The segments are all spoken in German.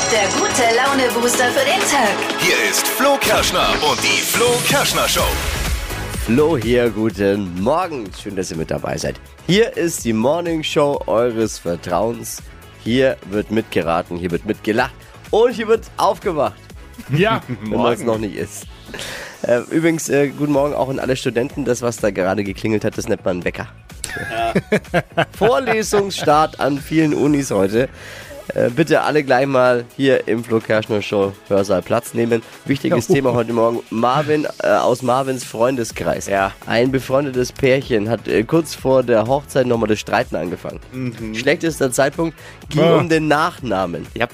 der gute Laune-Booster für den Tag. Hier ist Flo Kerschner und die Flo Kerschner Show. Flo hier, guten Morgen. Schön, dass ihr mit dabei seid. Hier ist die Morning Show eures Vertrauens. Hier wird mitgeraten, hier wird mitgelacht und hier wird aufgewacht. Ja, wenn man es noch nicht ist. Übrigens, guten Morgen auch an alle Studenten. Das, was da gerade geklingelt hat, das nennt man Wecker. Ja. Vorlesungsstart an vielen Unis heute. Bitte alle gleich mal hier im Flo Kerschner Show Hörsaal Platz nehmen. Wichtiges Thema heute Morgen. Marvin aus Marvins Freundeskreis. Ja. Ein befreundetes Pärchen hat kurz vor der Hochzeit nochmal das Streiten angefangen. Schlechtester Zeitpunkt ging um den Nachnamen. Ja.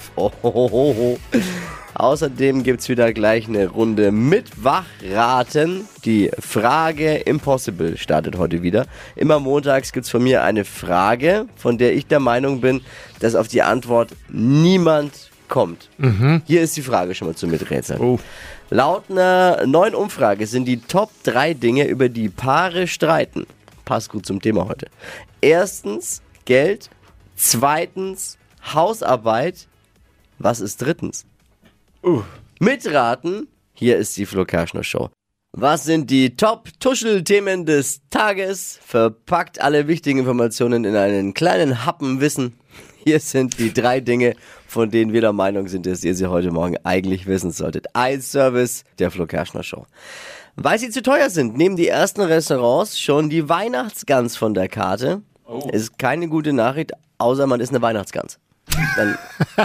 Außerdem gibt's wieder gleich eine Runde mit Wachraten. Die Frage Impossible startet heute wieder. Immer montags gibt's von mir eine Frage, von der ich der Meinung bin, dass auf die Antwort niemand kommt. Hier ist die Frage schon mal zum Miträtseln. Laut einer neuen Umfrage sind die Top 3 Dinge, über die Paare streiten. Passt gut zum Thema heute. Erstens Geld. Zweitens Hausarbeit. Was ist drittens? Mitraten, hier ist die Flo Kerschner Show. Was sind die Top-Tuschel-Themen des Tages? Verpackt alle wichtigen Informationen in einen kleinen Happen Wissen. Hier sind die 3 Dinge, von denen wir der Meinung sind, dass ihr sie heute Morgen eigentlich wissen solltet. Ein Service der Flo Kerschner Show. Weil sie zu teuer sind, nehmen die ersten Restaurants schon die Weihnachtsgans von der Karte. Ist keine gute Nachricht, außer man ist eine Weihnachtsgans. Dann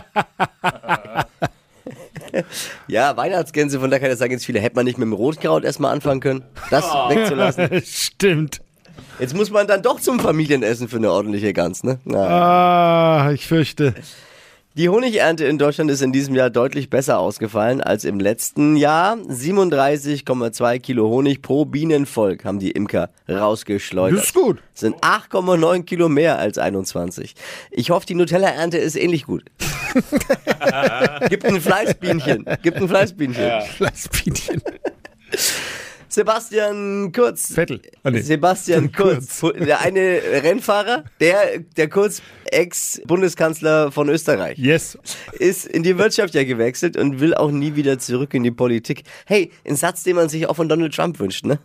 ja, Weihnachtsgänse, von da kann ich sagen, jetzt viele, hätte man nicht mit dem Rotkraut erstmal anfangen können, das wegzulassen. Stimmt. Jetzt muss man dann doch zum Familienessen für eine ordentliche Gans, ne? Ich fürchte. Die Honigernte in Deutschland ist in diesem Jahr deutlich besser ausgefallen als im letzten Jahr. 37,2 Kilo Honig pro Bienenvolk haben die Imker rausgeschleudert. Das ist gut. Das sind 8,9 Kilo mehr als 21. Ich hoffe, die Nutella-Ernte ist ähnlich gut. Gibt ein Fleißbienchen. Ja. Fleißbienchen. Sebastian Kurz. Vettel. Sebastian Kurz. Der eine Rennfahrer, der Kurz Ex-Bundeskanzler von Österreich. Yes. Ist in die Wirtschaft ja gewechselt und will auch nie wieder zurück in die Politik. Hey, ein Satz, den man sich auch von Donald Trump wünscht, ne?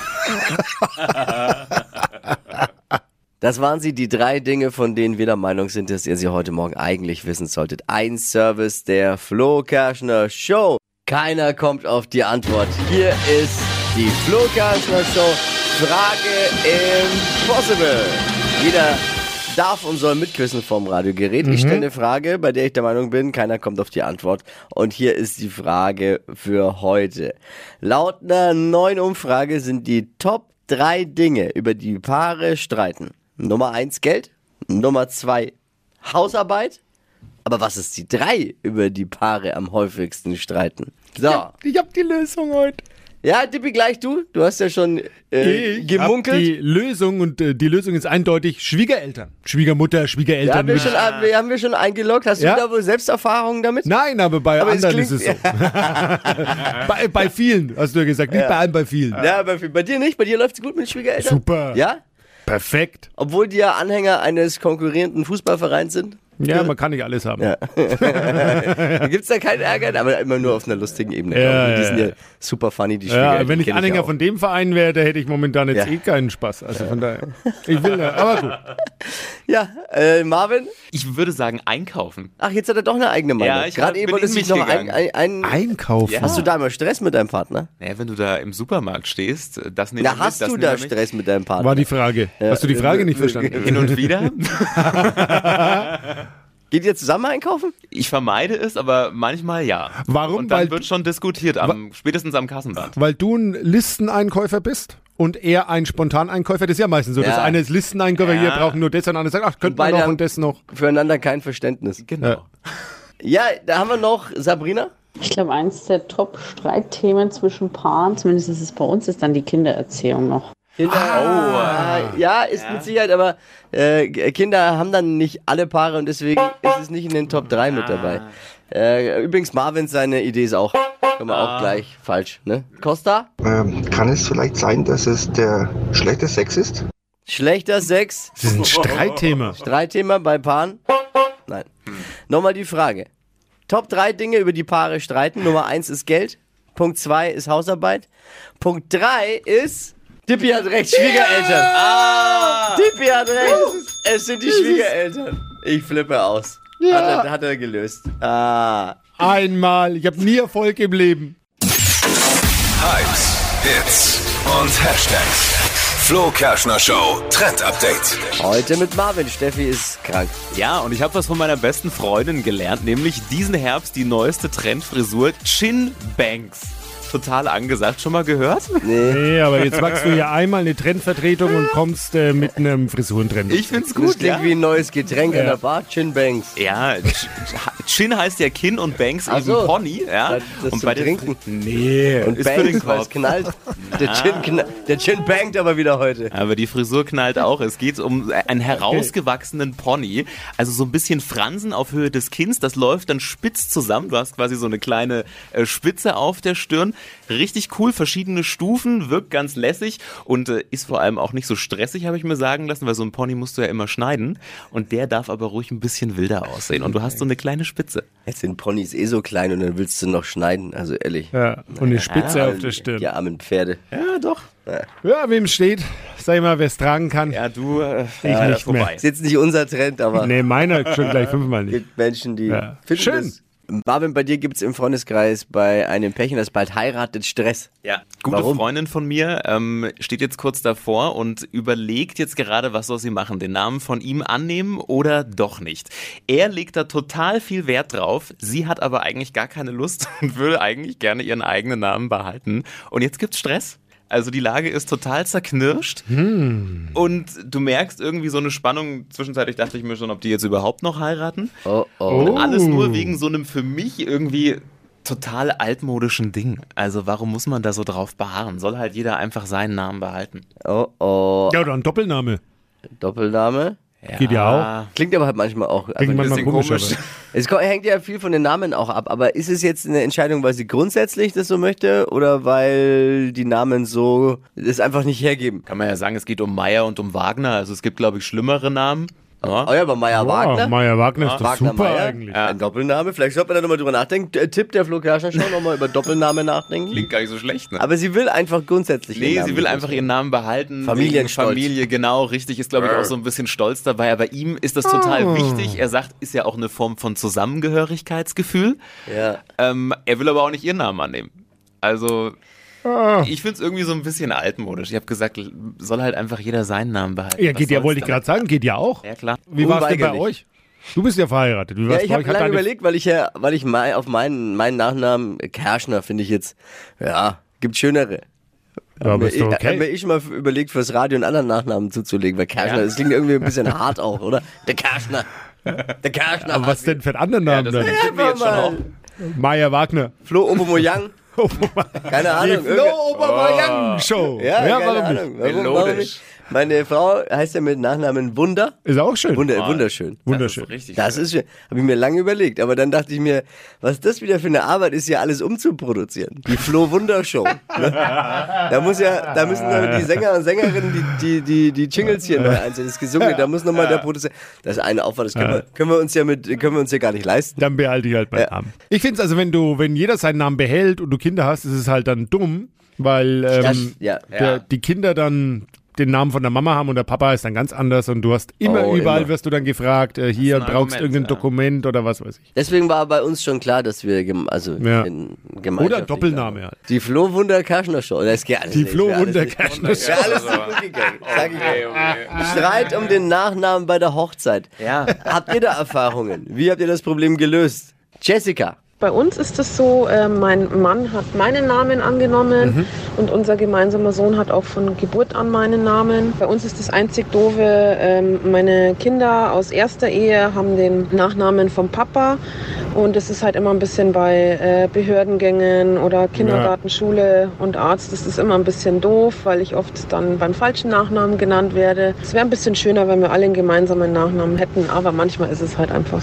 Das waren sie, die 3 Dinge, von denen wir der Meinung sind, dass ihr sie heute Morgen eigentlich wissen solltet. Ein Service der Flo Kerschner Show. Keiner kommt auf die Antwort. Hier ist die Flo Kerschner Show. Frage Impossible. Jeder darf und soll mitquissen vom Radiogerät. Ich stelle eine Frage, bei der ich der Meinung bin, keiner kommt auf die Antwort. Und hier ist die Frage für heute. Laut einer neuen Umfrage sind die Top 3 Dinge, über die Paare streiten. Nummer 1 Geld, Nummer 2 Hausarbeit. Aber was ist die 3, über die Paare am häufigsten streiten? So. Ich hab die Lösung heute. Ja, Dippi, gleich du. Du hast ja schon gemunkelt. Die Lösung und die Lösung ist eindeutig Schwiegereltern. Schwiegermutter, Schwiegereltern. Haben wir schon eingeloggt. Hast du da wohl Selbsterfahrungen damit? Nein, aber bei anderen ist es so. bei vielen, hast du ja gesagt. Nicht bei allen, bei vielen. Ja, bei dir nicht? Bei dir läuft es gut mit Schwiegereltern? Super. Ja? Perfekt. Obwohl die ja Anhänger eines konkurrierenden Fußballvereins sind? Ja, man kann nicht alles haben. Ja. Gibt's da keinen Ärger? Aber immer nur auf einer lustigen Ebene. Die sind ja super funny, die Schwiegereltern. Ja, wenn ich Anhänger von dem Verein wäre, da hätte ich momentan jetzt keinen Spaß. Also von daher, ich will ja, aber gut. Ja, Marvin? Ich würde sagen einkaufen. Ach, jetzt hat er doch eine eigene Meinung. Ja, gerade eben wollte sich noch einkaufen. Ja. Hast du da immer Stress mit deinem Partner? Naja, wenn du da im Supermarkt stehst, das nicht. Na, hast du da Stress mit deinem Partner? War die Frage. Hast du die Frage nicht verstanden? Hin und wieder. Geht ihr zusammen einkaufen? Ich vermeide es, aber manchmal ja. Warum? Und dann wird schon diskutiert, spätestens am Kassenband. Weil du ein Listeneinkäufer bist und er ein Spontaneinkäufer. Das ist ja meistens so. Das eine ist Listeneinkäufer, hier brauchen nur das und andere sagt, ach, könnte man noch und das noch. Füreinander kein Verständnis. Genau. Ja, da haben wir noch Sabrina. Ich glaube, eins der Top-Streitthemen zwischen Paaren, zumindest ist es bei uns, ist dann die Kindererziehung noch. Ja, ist mit Sicherheit, aber Kinder haben dann nicht alle Paare und deswegen ist es nicht in den Top 3 mit dabei. Übrigens, Marvin, seine Idee ist auch, können wir auch gleich falsch, ne? Costa? Kann es vielleicht sein, dass es der schlechte Sex ist? Schlechter Sex? Das ist ein Streitthema. Streitthema bei Paaren? Nein. Nochmal die Frage. Top 3 Dinge, über die Paare streiten. Nummer 1 ist Geld. Punkt 2 ist Hausarbeit. Punkt 3 ist... Dippi hat recht, Schwiegereltern. Dippi hat recht. Es sind die Schwiegereltern. Ich flippe aus. Ja. Hat er gelöst. Einmal. Ich habe nie Erfolg im Leben. Hypes, Hits und Hashtags. Flo Kerschner Show Trend Update. Heute mit Marvin. Steffi ist krank. Ja, und ich habe was von meiner besten Freundin gelernt, nämlich diesen Herbst die neueste Trendfrisur Chin Bangs. Total angesagt. Schon mal gehört? Nee, aber jetzt machst du ja einmal eine Trendvertretung und kommst mit einem Frisurentrend. Ich find's Das gut, klingt ja. wie ein neues Getränk in der Bar. Chin Bangs. Ja, Chin heißt ja Kinn und Bangs Ach eben so. Pony. Ja. Das Und zum bei den Trinken. Nee, Und ist für den Bangs, weil es Kopf. knallt. Der Chin bangt aber wieder heute. Aber die Frisur knallt auch. Es geht um einen herausgewachsenen Pony. Also so ein bisschen Fransen auf Höhe des Kinns. Das läuft dann spitz zusammen. Du hast quasi so eine kleine Spitze auf der Stirn. Richtig cool, verschiedene Stufen, wirkt ganz lässig und ist vor allem auch nicht so stressig, habe ich mir sagen lassen, weil so ein Pony musst du ja immer schneiden und der darf aber ruhig ein bisschen wilder aussehen und du hast so eine kleine Spitze. Jetzt sind Ponys so klein und dann willst du noch schneiden, also ehrlich. Ja, und eine Spitze auf der Stirn. Die armen Pferde. Ja, doch. Ja, wem steht, sag ich mal, wer es tragen kann. Ja, du, Ich nicht mehr. Ist jetzt nicht unser Trend, aber Nee, meiner schon gleich 5-mal es nicht. gibt Menschen, die Ja. finden Schön. das. Marvin, bei dir gibt es im Freundeskreis bei einem Pärchen, das bald heiratet, Stress. Ja, gute Warum? Freundin von mir steht jetzt kurz davor und überlegt jetzt gerade, was soll sie machen, den Namen von ihm annehmen oder doch nicht. Er legt da total viel Wert drauf, sie hat aber eigentlich gar keine Lust und würde eigentlich gerne ihren eigenen Namen behalten. Und jetzt gibt's Stress. Also die Lage ist total zerknirscht und du merkst irgendwie so eine Spannung. Zwischenzeitlich dachte ich mir schon, ob die jetzt überhaupt noch heiraten. Oh. Und alles nur wegen so einem für mich irgendwie total altmodischen Ding. Also warum muss man da so drauf beharren? Soll halt jeder einfach seinen Namen behalten. Oh. Ja, oder ein Doppelname. Doppelname. Geht ja auch. Klingt aber halt manchmal auch. Klingt manchmal komisch. Aber. Es hängt ja viel von den Namen auch ab, aber ist es jetzt eine Entscheidung, weil sie grundsätzlich das so möchte oder weil die Namen so es einfach nicht hergeben? Kann man ja sagen, es geht um Meier und um Wagner. Also es gibt, glaube ich, schlimmere Namen. Ja. Oh ja, aber Meier Wagner. Meier Wagner ist doch Wagner super Meier, eigentlich. ein Doppelname. Vielleicht sollte man da nochmal drüber nachdenken. Tipp der Flo Kerschner Show nochmal über Doppelname nachdenken. Klingt gar nicht so schlecht, ne? Aber sie will einfach grundsätzlich ihren Nee, Namen sie will nicht einfach ihren Namen behalten. Familienstolz. Wegen Familie, genau, richtig. Ist, glaube ich, auch so ein bisschen stolz dabei. Aber ihm ist das total wichtig. Er sagt, ist ja auch eine Form von Zusammengehörigkeitsgefühl. Ja. Er will aber auch nicht ihren Namen annehmen. Also, ich finde es irgendwie so ein bisschen altmodisch. Ich habe gesagt, soll halt einfach jeder seinen Namen behalten. Ja, Was geht ja, soll's wollte ich damit? gerade sagen, geht ja auch. Ja, klar. Wie war es denn bei Unweigerlich. euch? Du bist ja verheiratet. Wie Ja, war's ich bei habe euch? Hat lange deine- überlegt, weil ich auf meinen Nachnamen Kerschner finde ich jetzt, ja, gibt schönere. Ja, aber ist doch Hab mir okay. ich mal überlegt, fürs Radio einen anderen Nachnamen zuzulegen, weil Kerschner, das klingt irgendwie ein bisschen hart auch, oder? Der Kerschner. Der Kerschner. Aber was denn für einen anderen Namen dann? finden wir jetzt schon auch. Meier Wagner. Flo Obomoyang. Keine Ahnung. Die Flo Obermeier Show. Ja, keine warum nicht? Ahnung. Warum Melodisch. nicht? Meine Frau heißt ja mit Nachnamen Wunder. Ist auch schön. Wunderschön. Wunderschön. Das ist richtig. Das ist schön. Habe ich mir lange überlegt. Aber dann dachte ich mir, was das wieder für eine Arbeit ist, hier alles umzuproduzieren. Die Flo Wunder Show. Ne? Da müssen dann die Sänger und Sängerinnen die Jingles hier neu einstellen. Das Gesungene, da muss nochmal der Produzent. Das ist eine Aufwand, das können wir uns ja gar nicht leisten. Dann behalte ich halt meinen Namen. Ich finde es also, wenn jeder seinen Namen behält und du Kinder hast, ist es halt dann dumm, weil Ja. die Kinder dann den Namen von der Mama haben und der Papa ist dann ganz anders und du hast überall immer. wirst du dann gefragt, hier ein brauchst Argument, irgendein ja. Dokument oder was weiß ich. Deswegen war bei uns schon klar, dass wir Oder gemeinschaftlich Doppelname halt. Die Flo Wunder Kerschner Show. Das geht alles Die nicht. Flo Wäre alles Wunder nicht- Kerschner Wäre Show. alles nicht gut gegangen. Sag ich dir. Streit um den Nachnamen bei der Hochzeit. Ja. Habt ihr da Erfahrungen? Wie habt ihr das Problem gelöst? Jessica. Bei uns ist es so, mein Mann hat meinen Namen angenommen und unser gemeinsamer Sohn hat auch von Geburt an meinen Namen. Bei uns ist das einzig Doofe, meine Kinder aus erster Ehe haben den Nachnamen vom Papa und es ist halt immer ein bisschen bei Behördengängen oder Kindergarten, Schule und Arzt. Das ist immer ein bisschen doof, weil ich oft dann beim falschen Nachnamen genannt werde. Es wäre ein bisschen schöner, wenn wir alle einen gemeinsamen Nachnamen hätten, aber manchmal ist es halt einfach so.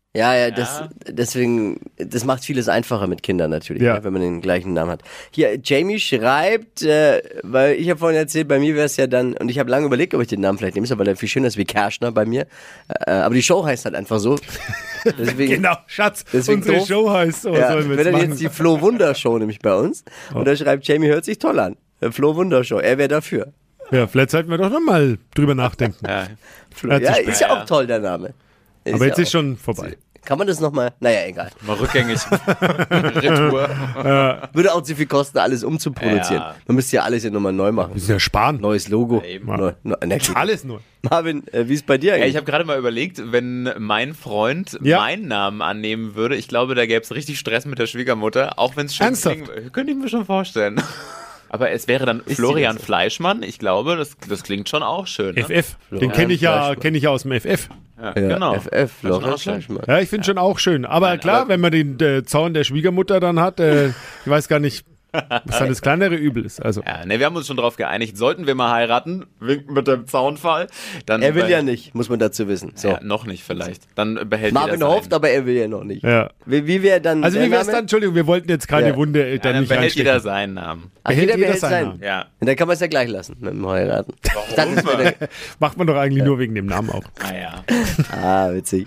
Ja, deswegen, das macht vieles einfacher mit Kindern natürlich, Ja. wenn man den gleichen Namen hat. Hier, Jamie schreibt, weil ich habe vorhin erzählt, bei mir wäre es ja dann, und ich habe lange überlegt, ob ich den Namen vielleicht nehme, weil der viel schöner ist wie Kerschner bei mir. Aber die Show heißt halt einfach so. Deswegen, Genau, Schatz, deswegen unsere doof. Show heißt so. Ja, sollen wir wird dann machen. jetzt die Flo Wunder Show nämlich bei uns. Und da schreibt Jamie, hört sich toll an. Flo Wunder Show, er wäre dafür. Ja, vielleicht sollten wir doch nochmal drüber nachdenken. Ja. Hört Ja, sich ist ja auch toll, der Name. Aber jetzt ja ist schon vorbei. Kann man das nochmal? Naja, egal. Mal rückgängig. Retour. Würde auch zu viel kosten, alles umzuproduzieren. Ja. Man müsste ja alles ja nochmal neu machen. Das ist ja sparen. Neues Logo. Eben. Alles nur. Marvin, wie ist bei dir Ja, eigentlich? ich habe gerade mal überlegt, wenn mein Freund Ja. meinen Namen annehmen würde, ich glaube, da gäbe es richtig Stress mit der Schwiegermutter, auch wenn es schön Ernsthaft? klingen, könnte ich mir schon vorstellen. Aber es wäre dann Florian das so? Fleischmann, ich glaube, das klingt schon auch schön. Ne? FF. Den kenne ich ja aus dem FF. Ja, Ja, genau. FF, Das ist Florian auch schön. Fleischmann. Ja, ich finde schon auch schön. Aber klar, wenn man den Zaun der Schwiegermutter dann hat, ich weiß gar nicht, was dann das kleinere Übel ist. Also. Ja, ne, wir haben uns schon darauf geeinigt, sollten wir mal heiraten, winken mit dem Zaunfall, dann... Er will ja nicht, muss man dazu wissen. So. Ja, noch nicht vielleicht. Dann behält Marvin jeder hofft, seinen. aber er will ja noch nicht. Ja. Wie wäre dann Also der wie wär's Name? dann? Entschuldigung, wir wollten jetzt keine Ja. Wunde Ja, dann dann nicht behält jeder anstecken. seinen Namen. Ach, behält jeder jeder behält seinen seinen. Namen. Ja. Und dann kann man es ja gleich lassen mit dem Heiraten. Dann ist wieder, Macht man doch eigentlich nur wegen dem Namen auch. Naja. witzig.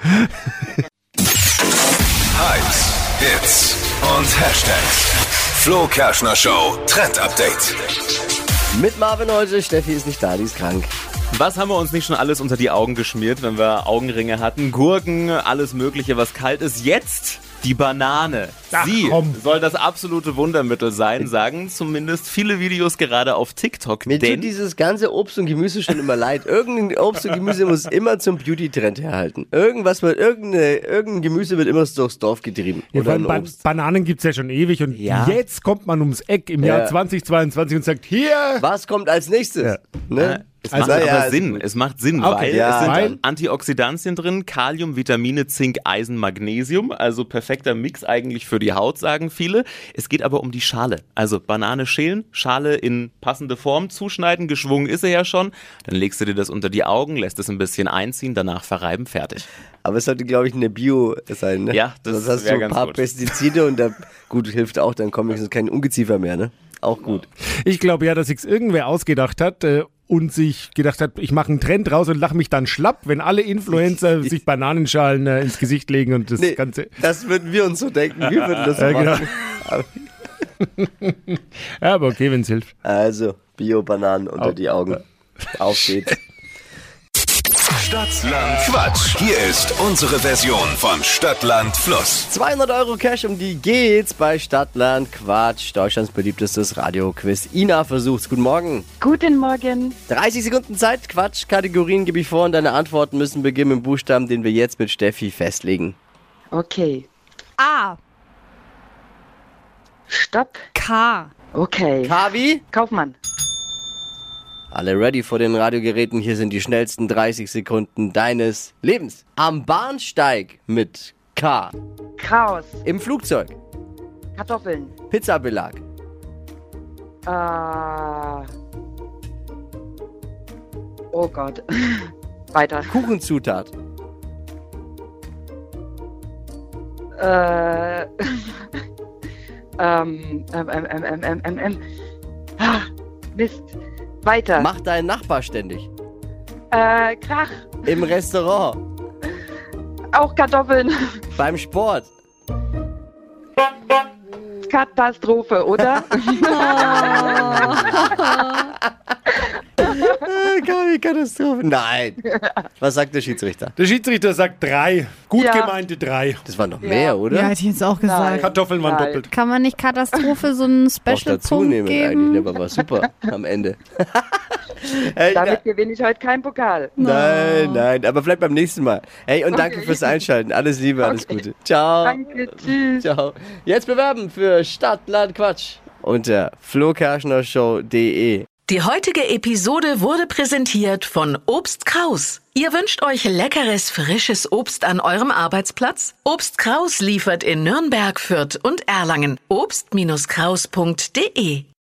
Hypes, Hits und Hashtags. Flo Kerschner Show Trend Update. Mit Marvin heute, Steffi ist nicht da, die ist krank. Was haben wir uns nicht schon alles unter die Augen geschmiert, wenn wir Augenringe hatten? Gurken, alles Mögliche, was kalt ist. Jetzt die Banane. Ach, Sie komm. soll das absolute Wundermittel sein, sagen zumindest viele Videos gerade auf TikTok. Mir Denn tut dieses ganze Obst und Gemüse schon immer leid. Irgendein Obst und Gemüse muss immer zum Beauty-Trend herhalten. Irgendein Gemüse wird immer durchs Dorf getrieben. Ja, Oder vor allem ein Obst. Bananen gibt es ja schon ewig und Ja. jetzt kommt man ums Eck im Jahr Ja. 2022 und sagt, hier, Was kommt als nächstes? Ja. Ne? es Also- macht Ja, aber ist Sinn. gut. Es macht Sinn, Okay. weil Ja. es sind Weil- Antioxidantien drin, Kalium, Vitamine, Zink, Eisen, Magnesium. Also perfekter Mix eigentlich für die Haut, sagen viele. Es geht aber um die Schale. Also Banane schälen, Schale in passende Form zuschneiden, geschwungen ist er ja schon. Dann legst du dir das unter die Augen, lässt es ein bisschen einziehen, danach verreiben, fertig. Aber es sollte, glaube ich, eine Bio sein, ne? Ja, das Sonst hast du wär ein ganz paar gut. Pestizide und da, gut, hilft auch, dann kommt wenigstens kein Ungeziefer mehr, ne? Auch gut. ich glaube ja, dass sich's irgendwer ausgedacht hat und sich gedacht hat, ich mache einen Trend raus und lache mich dann schlapp, wenn alle Influencer sich Bananenschalen ins Gesicht legen und das Nee, Ganze. das würden wir uns so denken. Wir würden das so Ja, genau. machen. Ja, aber okay, wenn's hilft. Also, Bio-Bananen unter die Augen. Auf geht's. Stadtland Quatsch. Hier ist unsere Version von Stadtland Fluss. 200 Euro Cash, um die geht's bei Stadtland Quatsch. Deutschlands beliebtestes Radioquiz. Ina versucht's. Guten Morgen. Guten Morgen. 30 Sekunden Zeit. Quatsch. Kategorien gebe ich vor und deine Antworten müssen beginnen mit dem Buchstaben, den wir jetzt mit Steffi festlegen. Okay. A. Stopp. K. Okay. Kavi? Kaufmann. Alle ready vor den Radiogeräten. Hier sind die schnellsten 30 Sekunden deines Lebens. Am Bahnsteig mit K. Kraus. Im Flugzeug. Kartoffeln. Pizzabelag. Oh Gott. Weiter. Kuchenzutat. Mist. Weiter. Mach deinen Nachbar ständig. Krach. Im Restaurant. Auch Kartoffeln. Beim Sport. Katastrophe, oder? Katastrophe. Nein. Was sagt der Schiedsrichter? Der Schiedsrichter sagt 3. Gut Ja. gemeinte 3. Das war noch mehr, oder? Ja, hätte ich jetzt auch gesagt. Kartoffeln waren Nein. doppelt. Kann man nicht Katastrophe so einen Auch dazu Special-Punkt nehmen eigentlich, geben? ne, aber war super am Ende. Hey, Damit gewinne ich heute keinen Pokal. nein, aber vielleicht beim nächsten Mal. Hey, und danke fürs Einschalten. Alles Liebe, alles Gute. Ciao. Danke, tschüss. Ciao. Jetzt bewerben für Stadt, Land, Quatsch unter flokerschnershow.de. Die heutige Episode wurde präsentiert von Obst Kraus. Ihr wünscht euch leckeres, frisches Obst an eurem Arbeitsplatz? Obst Kraus liefert in Nürnberg, Fürth und Erlangen. Obst-Kraus.de